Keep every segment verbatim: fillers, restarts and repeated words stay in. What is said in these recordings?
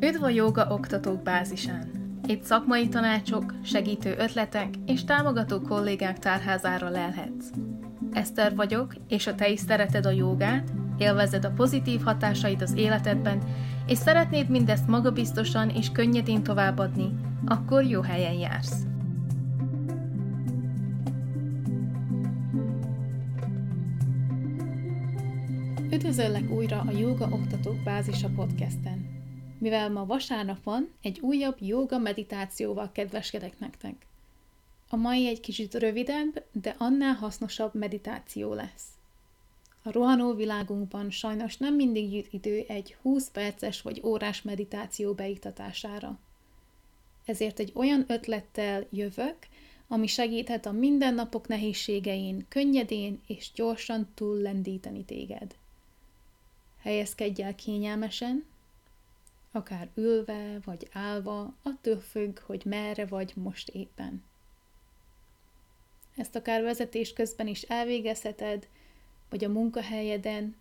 Üdv a Jóga Oktatók bázisán! Itt szakmai tanácsok, segítő ötletek és támogató kollégák tárházára lelhetsz. Eszter vagyok, és ha te is szereted a jógát, élvezed a pozitív hatásait az életedben, és szeretnéd mindezt magabiztosan és könnyedén továbbadni, akkor jó helyen jársz. Üdvözöllek újra a Jóga Oktatók bázisa podcasten. Mivel ma vasárnap van, egy újabb jóga meditációval kedveskedek nektek. A mai egy kicsit rövidebb, de annál hasznosabb meditáció lesz. A rohanó világunkban sajnos nem mindig jut idő egy húsz perces vagy órás meditáció beiktatására. Ezért egy olyan ötlettel jövök, ami segíthet a mindennapok nehézségein könnyedén és gyorsan túllendíteni téged. Helyezkedj el kényelmesen, akár ülve vagy állva, attól függ, hogy merre vagy most éppen. Ezt akár vezetés közben is elvégezheted, vagy a munkahelyeden.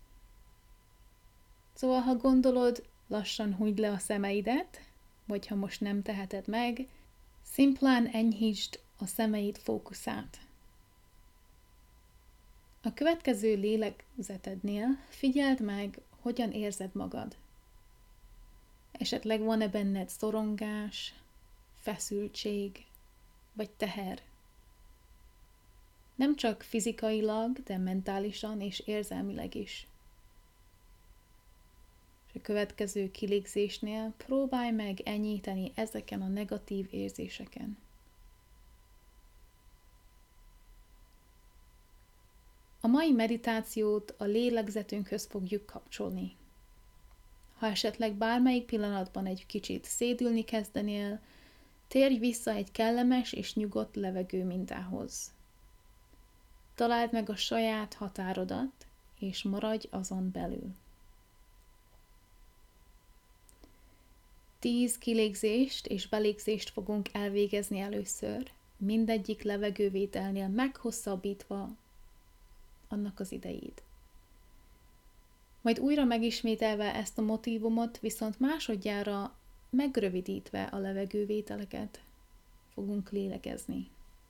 Szóval, ha gondolod, lassan húgyd le a szemeidet, vagy ha most nem teheted meg, szimplán enyhítsd a szemeid fókuszát. A következő lélegzetednél figyeld meg, hogyan érzed magad. Esetleg van-e benned szorongás, feszültség vagy teher. Nem csak fizikailag, de mentálisan és érzelmileg is. És a következő kilégzésnél próbálj meg enyhíteni ezeken a negatív érzéseken. A mai meditációt a lélegzetünkhöz fogjuk kapcsolni. Ha esetleg bármelyik pillanatban egy kicsit szédülni kezdenél, térj vissza egy kellemes és nyugodt levegő mintához. Találd meg a saját határodat, és maradj azon belül. Tíz kilégzést és belégzést fogunk elvégezni először, mindegyik levegővételnél meghosszabbítva annak az idejét. Majd újra megismételve ezt a motívumot, viszont másodjára megrövidítve a levegővételeket fogunk lélegezni.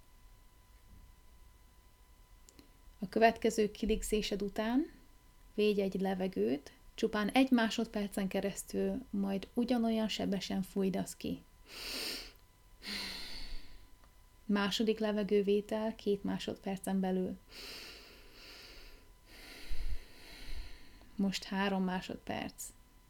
A következő kilégzésed után védj egy levegőt, csupán egy másodpercen keresztül, majd ugyanolyan sebesen fújd azt ki. Második levegővétel két másodpercen belül. Most három másodperc.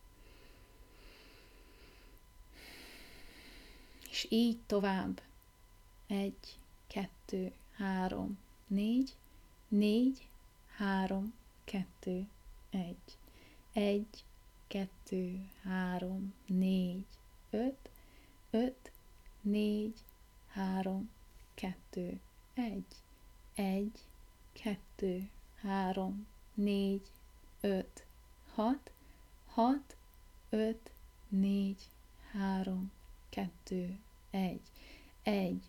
És így tovább. Egy, kettő, három, négy, négy, három, kettő, egy. Egy, kettő, három, négy, öt, öt, négy, három, kettő, egy. Egy, kettő, három, négy, öt, hat, hat, öt, négy, három, kettő, egy, egy.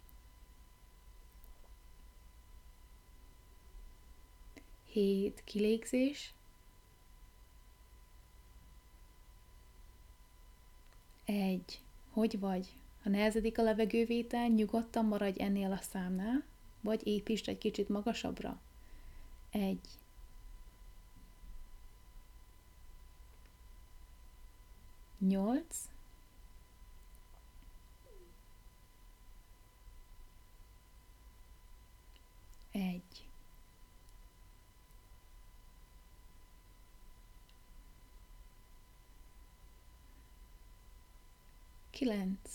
Hét kilégzés. Egy. Hogy vagy? Ha nehezedik a levegővétel, nyugodtan maradj ennél a számnál, vagy építsd egy kicsit magasabbra. Egy. Nyolc. Egy. Kilenc.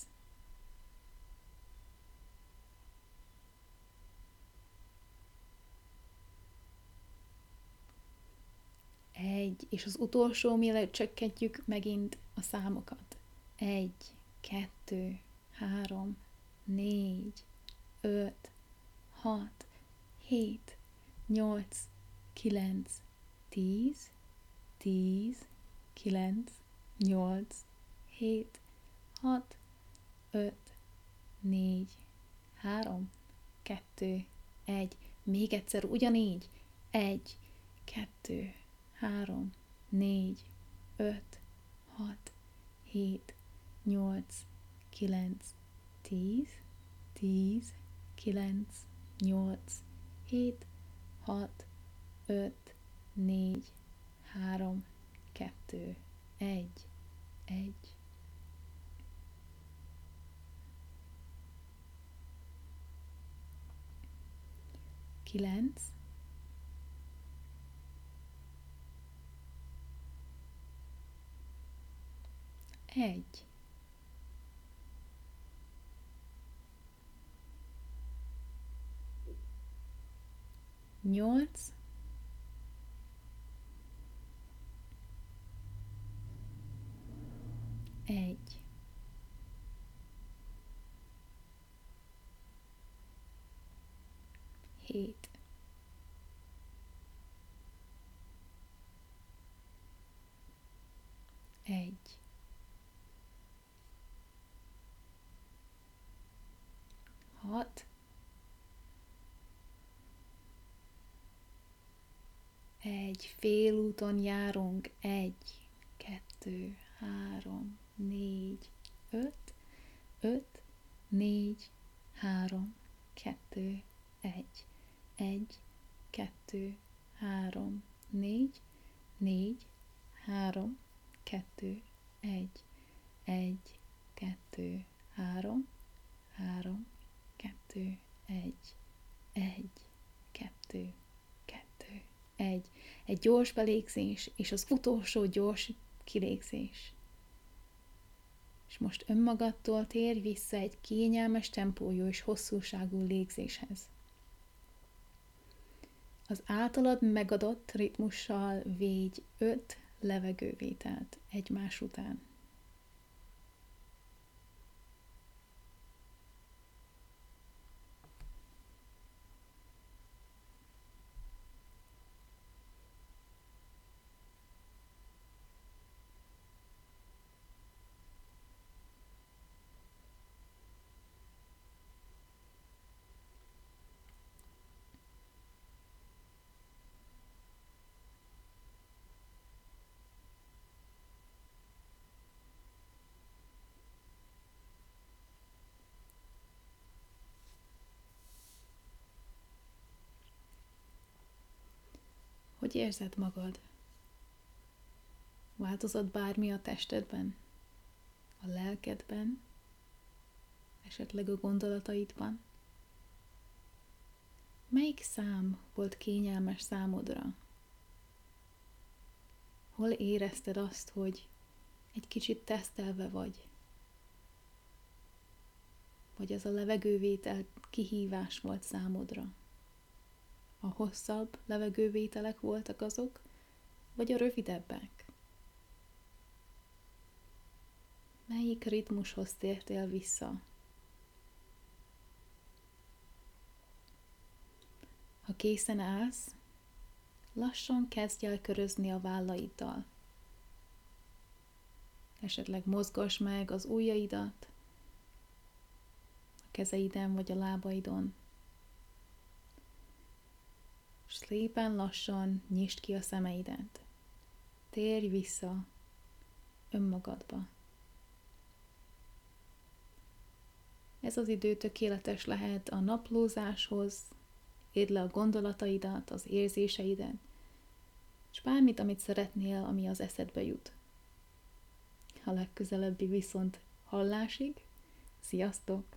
Egy, és az utolsó, mielőtt csökkentjük megint a számokat. Egy, kettő, három, négy, öt, hat, hét, nyolc, kilenc, tíz, tíz, kilenc, nyolc, hét, hat, öt, négy, három, kettő, egy. Még egyszer ugyanígy. Egy, kettő, három, négy, öt, hat, hét, nyolc, kilenc, tíz, tíz, kilenc, nyolc, hét, hat, öt, négy, három, kettő, egy, egy. Kilenc, egy. Nyolc, egy. Hét. Egy. Hat. Egy. Félúton járunk. Egy, kettő, három, négy, öt, öt, négy, három, kettő, egy, egy, kettő, három, négy, négy, három, kettő, egy, egy, kettő, három, három, kettő, egy, egy, kettő, kettő, egy. Egy gyors belégzés, és az utolsó gyors kilégzés. És most önmagadtól térj vissza egy kényelmes tempójú és hosszúságú légzéshez. Az általad megadott ritmussal védj öt levegővételt egymás után. Hogy érzed magad? Változott bármi a testedben? A lelkedben? Esetleg a gondolataidban? Melyik szám volt kényelmes számodra? Hol érezted azt, hogy egy kicsit tesztelve vagy? Vagy az a levegővétel kihívás volt számodra? A hosszabb levegővételek voltak azok, vagy a rövidebbek? Melyik ritmushoz tértél vissza? Ha készen állsz, lassan kezdj el körözni a vállaiddal. Esetleg mozgass meg az ujjaidat, a kezeiden vagy a lábaidon. És szépen lassan nyisd ki a szemeidet. Térj vissza önmagadba. Ez az idő tökéletes lehet a naplózáshoz, írd le a gondolataidat, az érzéseidet, és bármit, amit szeretnél, ami az eszedbe jut. A legközelebbi viszont hallásig, sziasztok!